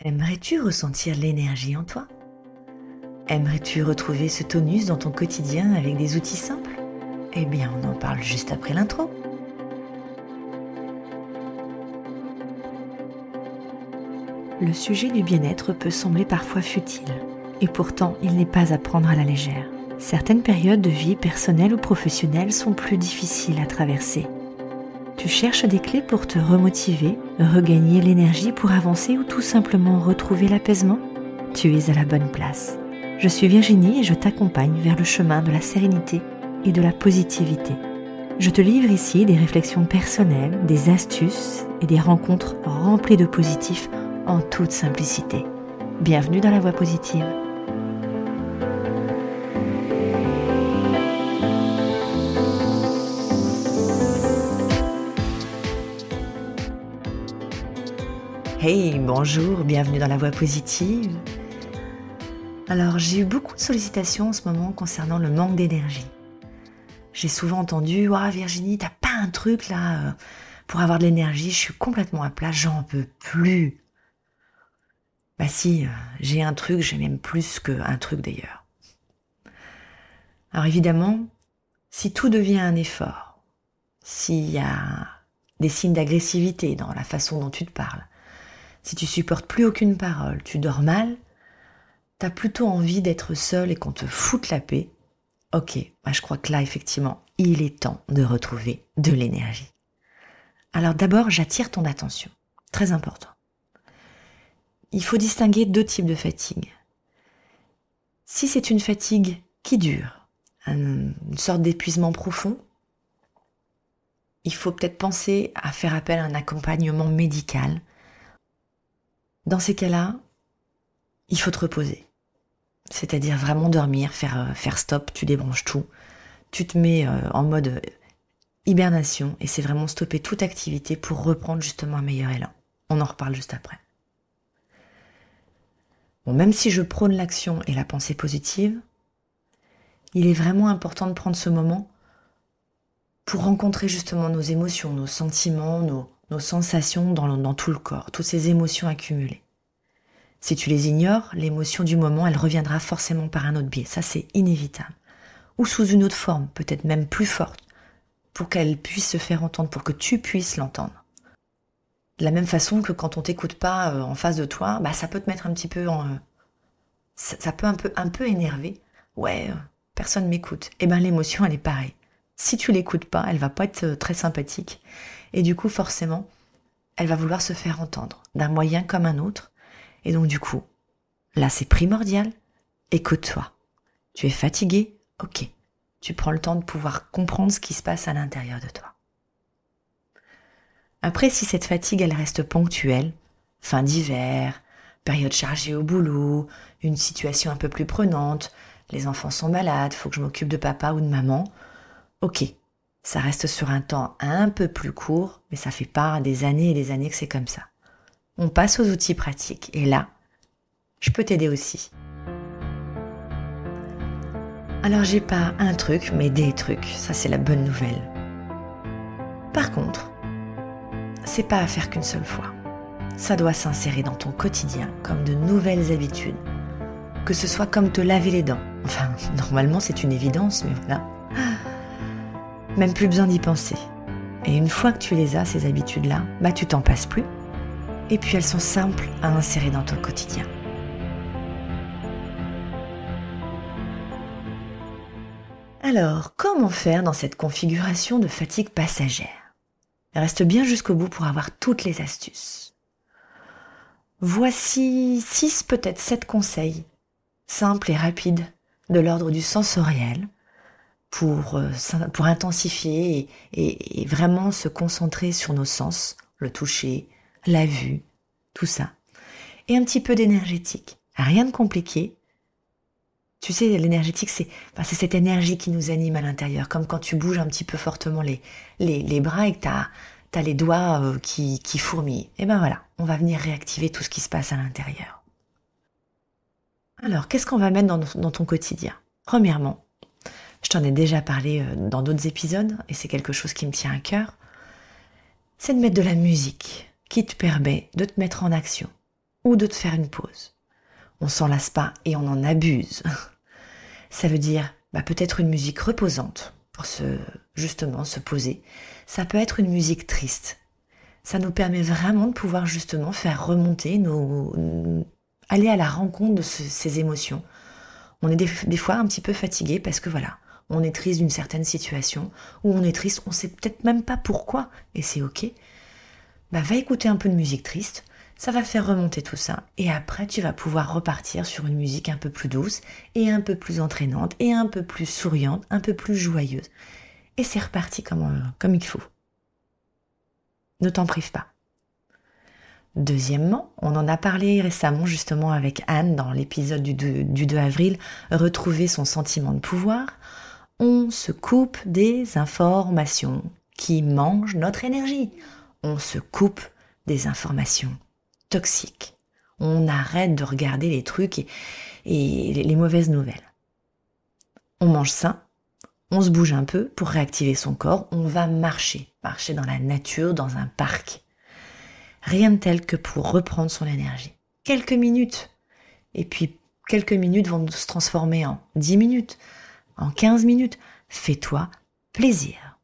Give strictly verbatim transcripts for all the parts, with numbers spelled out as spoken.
Aimerais-tu ressentir l'énergie en toi? Aimerais-tu retrouver ce tonus dans ton quotidien avec des outils simples? Eh bien, on en parle juste après l'intro. Le sujet du bien-être peut sembler parfois futile, et pourtant il n'est pas à prendre à la légère. Certaines périodes de vie personnelle ou professionnelle sont plus difficiles à traverser. Tu cherches des clés pour te remotiver, regagner l'énergie pour avancer ou tout simplement retrouver l'apaisement? Tu es à la bonne place. Je suis Virginie et je t'accompagne vers le chemin de la sérénité et de la positivité. Je te livre ici des réflexions personnelles, des astuces et des rencontres remplies de positifs en toute simplicité. Bienvenue dans la voie positive. Hey, bonjour, bienvenue dans la voie positive. Alors, j'ai eu beaucoup de sollicitations en ce moment concernant le manque d'énergie. J'ai souvent entendu « Ah, Virginie, t'as pas un truc là euh, pour avoir de l'énergie, je suis complètement à plat, j'en peux plus. » Bah si, euh, j'ai un truc, j'ai même plus qu'un truc d'ailleurs. Alors évidemment, si tout devient un effort, s'il y a des signes d'agressivité dans la façon dont tu te parles, si tu supportes plus aucune parole, tu dors mal, t'as plutôt envie d'être seul et qu'on te foute la paix, ok, bah je crois que là, effectivement, il est temps de retrouver de l'énergie. Alors d'abord, j'attire ton attention. Très important. Il faut distinguer deux types de fatigue. Si c'est une fatigue qui dure, une sorte d'épuisement profond, il faut peut-être penser à faire appel à un accompagnement médical. Dans ces cas-là, il faut te reposer. C'est-à-dire vraiment dormir, faire, faire stop, tu débranches tout. Tu te mets en mode hibernation et c'est vraiment stopper toute activité pour reprendre justement un meilleur élan. On en reparle juste après. Bon, même si je prône l'action et la pensée positive, il est vraiment important de prendre ce moment pour rencontrer justement nos émotions, nos sentiments, nos, nos sensations dans, dans tout le corps, toutes ces émotions accumulées. Si tu les ignores, l'émotion du moment, elle reviendra forcément par un autre biais. Ça, c'est inévitable. Ou sous une autre forme, peut-être même plus forte, pour qu'elle puisse se faire entendre, pour que tu puisses l'entendre. De la même façon que quand on t'écoute pas euh, en face de toi, bah ça peut te mettre un petit peu en... Euh, ça, ça peut un peu, un peu énerver. Ouais, euh, personne m'écoute. Eh ben l'émotion, elle est pareille. Si tu l'écoutes pas, elle va pas être euh, très sympathique. Et du coup, forcément, elle va vouloir se faire entendre, d'un moyen comme un autre. Et donc du coup, là c'est primordial, écoute-toi. Tu es fatigué? Ok. Tu prends le temps de pouvoir comprendre ce qui se passe à l'intérieur de toi. Après, si cette fatigue, elle reste ponctuelle, fin d'hiver, période chargée au boulot, une situation un peu plus prenante, les enfants sont malades, faut que je m'occupe de papa ou de maman, ok, ça reste sur un temps un peu plus court, mais ça fait pas des années et des années que c'est comme ça. On passe aux outils pratiques, et là, je peux t'aider aussi. Alors j'ai pas un truc, mais des trucs, ça c'est la bonne nouvelle. Par contre, c'est pas à faire qu'une seule fois. Ça doit s'insérer dans ton quotidien comme de nouvelles habitudes. Que ce soit comme te laver les dents. Enfin, normalement c'est une évidence, mais voilà. Même plus besoin d'y penser. Et une fois que tu les as, ces habitudes-là, bah tu t'en passes plus. Et puis elles sont simples à insérer dans ton quotidien. Alors, comment faire dans cette configuration de fatigue passagère? Reste bien jusqu'au bout pour avoir toutes les astuces. Voici six, peut-être sept conseils, simples et rapides, de l'ordre du sensoriel, pour, pour intensifier et, et, et vraiment se concentrer sur nos sens, le toucher, la vue, tout ça. Et un petit peu d'énergétique. Rien de compliqué. Tu sais, l'énergétique, c'est, enfin, c'est cette énergie qui nous anime à l'intérieur, comme quand tu bouges un petit peu fortement les, les, les bras et que t'as, t'as les doigts euh, qui, qui fourmillent. Et ben voilà, on va venir réactiver tout ce qui se passe à l'intérieur. Alors, qu'est-ce qu'on va mettre dans, dans ton quotidien? Premièrement, je t'en ai déjà parlé dans d'autres épisodes, et c'est quelque chose qui me tient à cœur, c'est de mettre de la musique qui te permet de te mettre en action, ou de te faire une pause. On s'en lasse pas et on en abuse. Ça veut dire bah, peut-être une musique reposante pour se, justement se poser. Ça peut être une musique triste. Ça nous permet vraiment de pouvoir justement faire remonter nos, aller à la rencontre de ce, ces émotions. On est des, des fois un petit peu fatigué parce que voilà, on est triste d'une certaine situation, ou on est triste, on sait peut-être même pas pourquoi, et c'est ok. Bah va écouter un peu de musique triste, ça va faire remonter tout ça, et après tu vas pouvoir repartir sur une musique un peu plus douce, et un peu plus entraînante, et un peu plus souriante, un peu plus joyeuse. Et c'est reparti comme, euh, comme il faut. Ne t'en prive pas. Deuxièmement, on en a parlé récemment justement avec Anne dans l'épisode du deux, du deux avril, retrouver son sentiment de pouvoir. On se coupe des informations qui mangent notre énergie. On se coupe des informations toxiques. On arrête de regarder les trucs et, et les mauvaises nouvelles. On mange sain, on se bouge un peu pour réactiver son corps, on va marcher, marcher dans la nature, dans un parc. Rien de tel que pour reprendre son énergie. Quelques minutes. Et puis, quelques minutes vont se transformer en dix minutes, en quinze minutes. Fais-toi plaisir.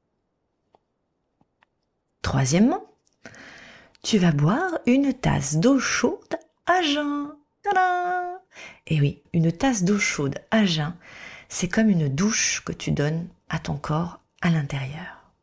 Troisièmement, tu vas boire une tasse d'eau chaude à jeun. Tadam! Et oui, une tasse d'eau chaude à jeun, c'est comme une douche que tu donnes à ton corps à l'intérieur.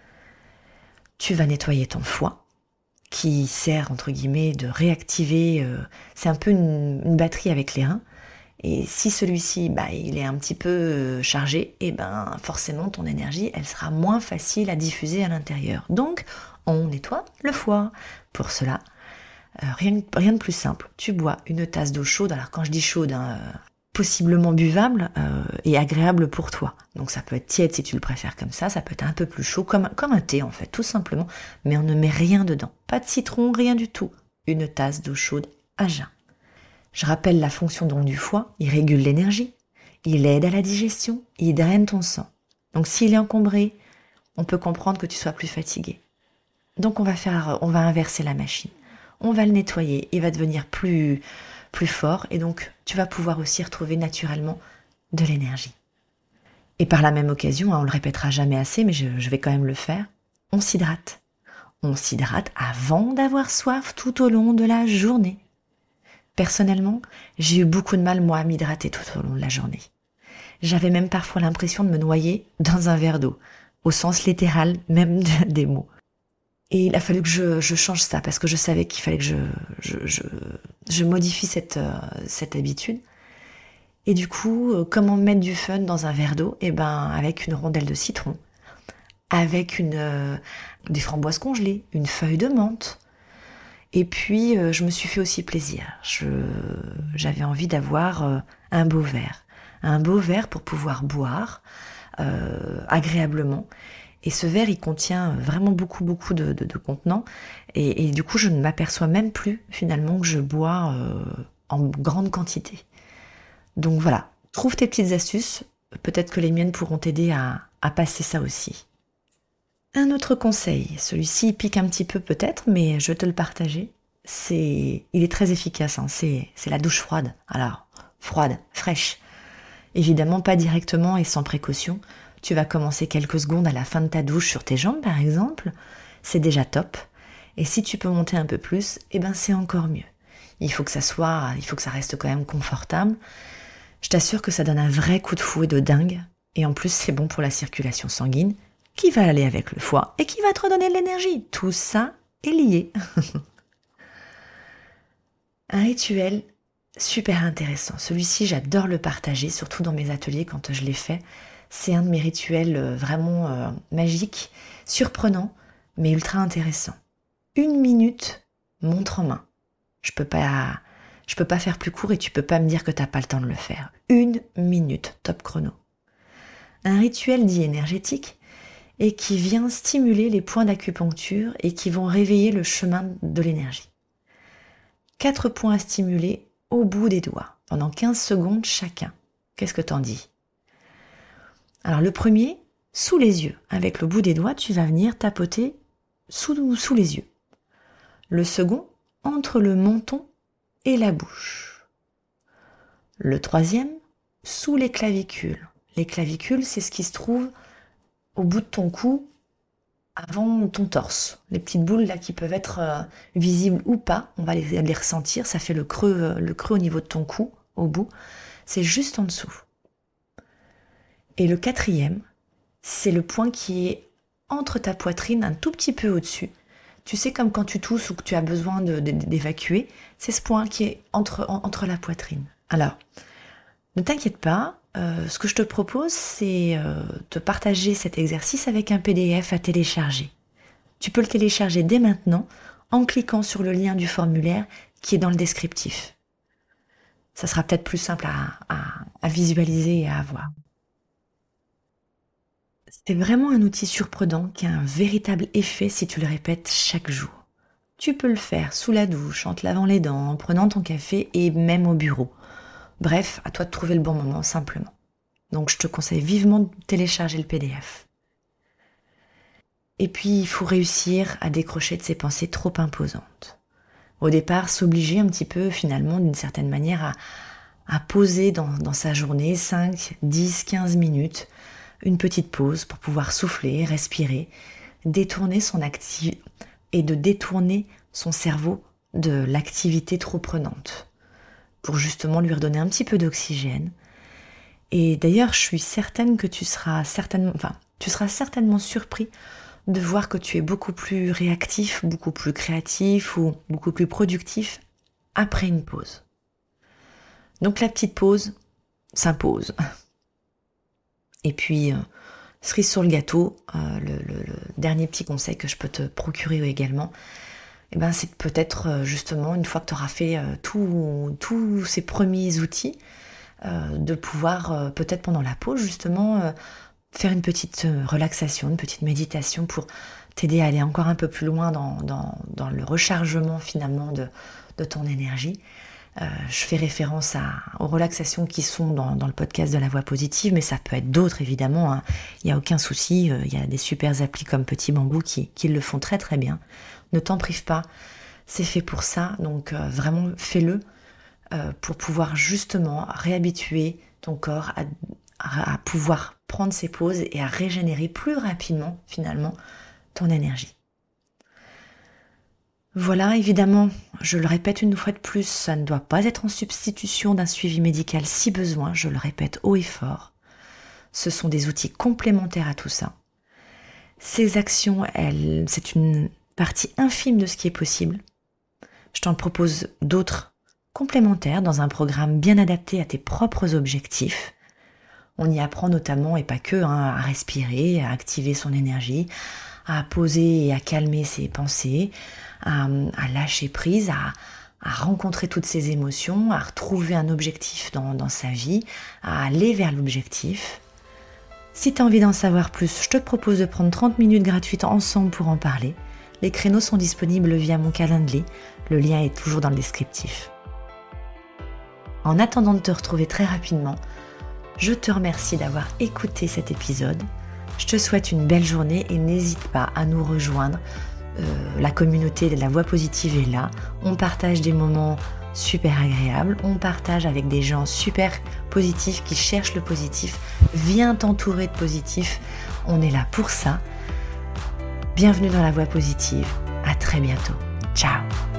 Tu vas nettoyer ton foie, qui sert entre guillemets de réactiver, euh, c'est un peu une, une batterie avec les reins, et si celui-ci bah, il est un petit peu euh, chargé, et ben forcément ton énergie elle sera moins facile à diffuser à l'intérieur. Donc on nettoie le foie. Pour cela, euh, rien, rien de plus simple, tu bois une tasse d'eau chaude, alors quand je dis chaude, hein, euh, possiblement buvable euh, et agréable pour toi. Donc ça peut être tiède si tu le préfères comme ça, ça peut être un peu plus chaud, comme, comme un thé en fait, tout simplement, mais on ne met rien dedans, pas de citron, rien du tout. Une tasse d'eau chaude à jeun. Je rappelle la fonction donc du foie, il régule l'énergie, il aide à la digestion, il draine ton sang. Donc s'il est encombré, on peut comprendre que tu sois plus fatigué. Donc on va faire, on va inverser la machine. On va le nettoyer, il va devenir plus, plus fort et donc tu vas pouvoir aussi retrouver naturellement de l'énergie. Et par la même occasion, on le répétera jamais assez, mais je, je vais quand même le faire, on s'hydrate. On s'hydrate avant d'avoir soif tout au long de la journée. Personnellement, j'ai eu beaucoup de mal moi à m'hydrater tout au long de la journée. J'avais même parfois l'impression de me noyer dans un verre d'eau, au sens littéral même des mots. Et il a fallu que je, je change ça, parce que je savais qu'il fallait que je, je, je, je modifie cette, euh, cette habitude. Et du coup, euh, comment mettre du fun dans un verre d'eau? Eh ben, avec une rondelle de citron, avec une, euh, des framboises congelées, une feuille de menthe. Et puis, euh, je me suis fait aussi plaisir. Je, j'avais envie d'avoir euh, un beau verre. Un beau verre pour pouvoir boire euh, agréablement. Et ce verre, il contient vraiment beaucoup, beaucoup de, de, de contenants. Et, et du coup, je ne m'aperçois même plus, finalement, que je bois euh, en grande quantité. Donc voilà, trouve tes petites astuces. Peut-être que les miennes pourront t'aider à, à passer ça aussi. Un autre conseil, celui-ci pique un petit peu peut-être, mais je vais te le partager. C'est, il est très efficace, hein, c'est, c'est la douche froide. Alors, froide, fraîche. Évidemment, pas directement et sans précaution. Tu vas commencer quelques secondes à la fin de ta douche sur tes jambes, par exemple. C'est déjà top. Et si tu peux monter un peu plus, eh ben c'est encore mieux. Il faut que ça soit, il faut que ça reste quand même confortable. Je t'assure que ça donne un vrai coup de fouet de dingue. Et en plus, c'est bon pour la circulation sanguine, qui va aller avec le foie et qui va te redonner de l'énergie. Tout ça est lié. Un rituel super intéressant. Celui-ci, j'adore le partager, surtout dans mes ateliers quand je l'ai fait. C'est un de mes rituels vraiment euh, magiques, surprenant, mais ultra intéressant. Une minute, montre en main. Je peux pas, je peux pas faire plus court et tu peux pas me dire que t'as pas le temps de le faire. Une minute, top chrono. Un rituel dit énergétique et qui vient stimuler les points d'acupuncture et qui vont réveiller le chemin de l'énergie. Quatre points à stimuler au bout des doigts, pendant quinze secondes chacun. Qu'est-ce que t'en dis? Alors le premier, sous les yeux. Avec le bout des doigts, tu vas venir tapoter sous, sous les yeux. Le second, entre le menton et la bouche. Le troisième, sous les clavicules. Les clavicules, c'est ce qui se trouve au bout de ton cou, avant ton torse. Les petites boules là qui peuvent être euh, visibles ou pas, on va les, les ressentir. Ça fait le creux, euh, le creux au niveau de ton cou, au bout. C'est juste en dessous. Et le quatrième, c'est le point qui est entre ta poitrine, un tout petit peu au-dessus. Tu sais, comme quand tu tousses ou que tu as besoin de, de, d'évacuer, c'est ce point qui est entre, en, entre la poitrine. Alors, ne t'inquiète pas, euh, ce que je te propose, c'est euh, de partager cet exercice avec un P D F à télécharger. Tu peux le télécharger dès maintenant en cliquant sur le lien du formulaire qui est dans le descriptif. Ça sera peut-être plus simple à, à, à visualiser et à voir. C'est vraiment un outil surprenant qui a un véritable effet si tu le répètes chaque jour. Tu peux le faire sous la douche, en te lavant les dents, en prenant ton café et même au bureau. Bref, à toi de trouver le bon moment simplement. Donc je te conseille vivement de télécharger le P D F. Et puis il faut réussir à décrocher de ces pensées trop imposantes. Au départ, s'obliger un petit peu finalement d'une certaine manière à, à poser dans, dans sa journée cinq, dix, quinze minutes, une petite pause pour pouvoir souffler, respirer, détourner son activité et de détourner son cerveau de l'activité trop prenante pour justement lui redonner un petit peu d'oxygène. Et d'ailleurs, je suis certaine que tu seras certainement, enfin, tu seras certainement surpris de voir que tu es beaucoup plus réactif, beaucoup plus créatif ou beaucoup plus productif après une pause. Donc la petite pause s'impose. Et puis, euh, cerise sur le gâteau, euh, le, le, le dernier petit conseil que je peux te procurer également, eh ben, c'est peut-être euh, justement, une fois que tu auras fait euh, tous ces premiers outils, euh, de pouvoir euh, peut-être pendant la pause justement euh, faire une petite euh, relaxation, une petite méditation pour t'aider à aller encore un peu plus loin dans, dans, dans le rechargement finalement de, de ton énergie. Euh, je fais référence à, aux relaxations qui sont dans, dans le podcast de la voix positive, mais ça peut être d'autres évidemment, hein. Il n'y a aucun souci, euh, il y a des super applis comme Petit Bambou qui, qui le font très très bien. Ne t'en prive pas, c'est fait pour ça, donc euh, vraiment fais-le euh, pour pouvoir justement réhabituer ton corps à, à, à pouvoir prendre ses pauses et à régénérer plus rapidement finalement ton énergie. Voilà, évidemment, je le répète une fois de plus, ça ne doit pas être en substitution d'un suivi médical si besoin, je le répète haut et fort. Ce sont des outils complémentaires à tout ça. Ces actions, elles, c'est une partie infime de ce qui est possible. Je t'en propose d'autres complémentaires dans un programme bien adapté à tes propres objectifs. On y apprend notamment, et pas que, hein, à respirer, à activer son énergie, à poser et à calmer ses pensées, à, à lâcher prise, à, à rencontrer toutes ses émotions, à retrouver un objectif dans, dans sa vie, à aller vers l'objectif. Si tu as envie d'en savoir plus, je te propose de prendre trente minutes gratuites ensemble pour en parler. Les créneaux sont disponibles via mon calendrier, le lien est toujours dans le descriptif. En attendant de te retrouver très rapidement, je te remercie d'avoir écouté cet épisode. Je te souhaite une belle journée et n'hésite pas à nous rejoindre. Euh, la communauté de la voix positive est là. On partage des moments super agréables. On partage avec des gens super positifs qui cherchent le positif. Viens t'entourer de positifs. On est là pour ça. Bienvenue dans la voix positive. À très bientôt. Ciao.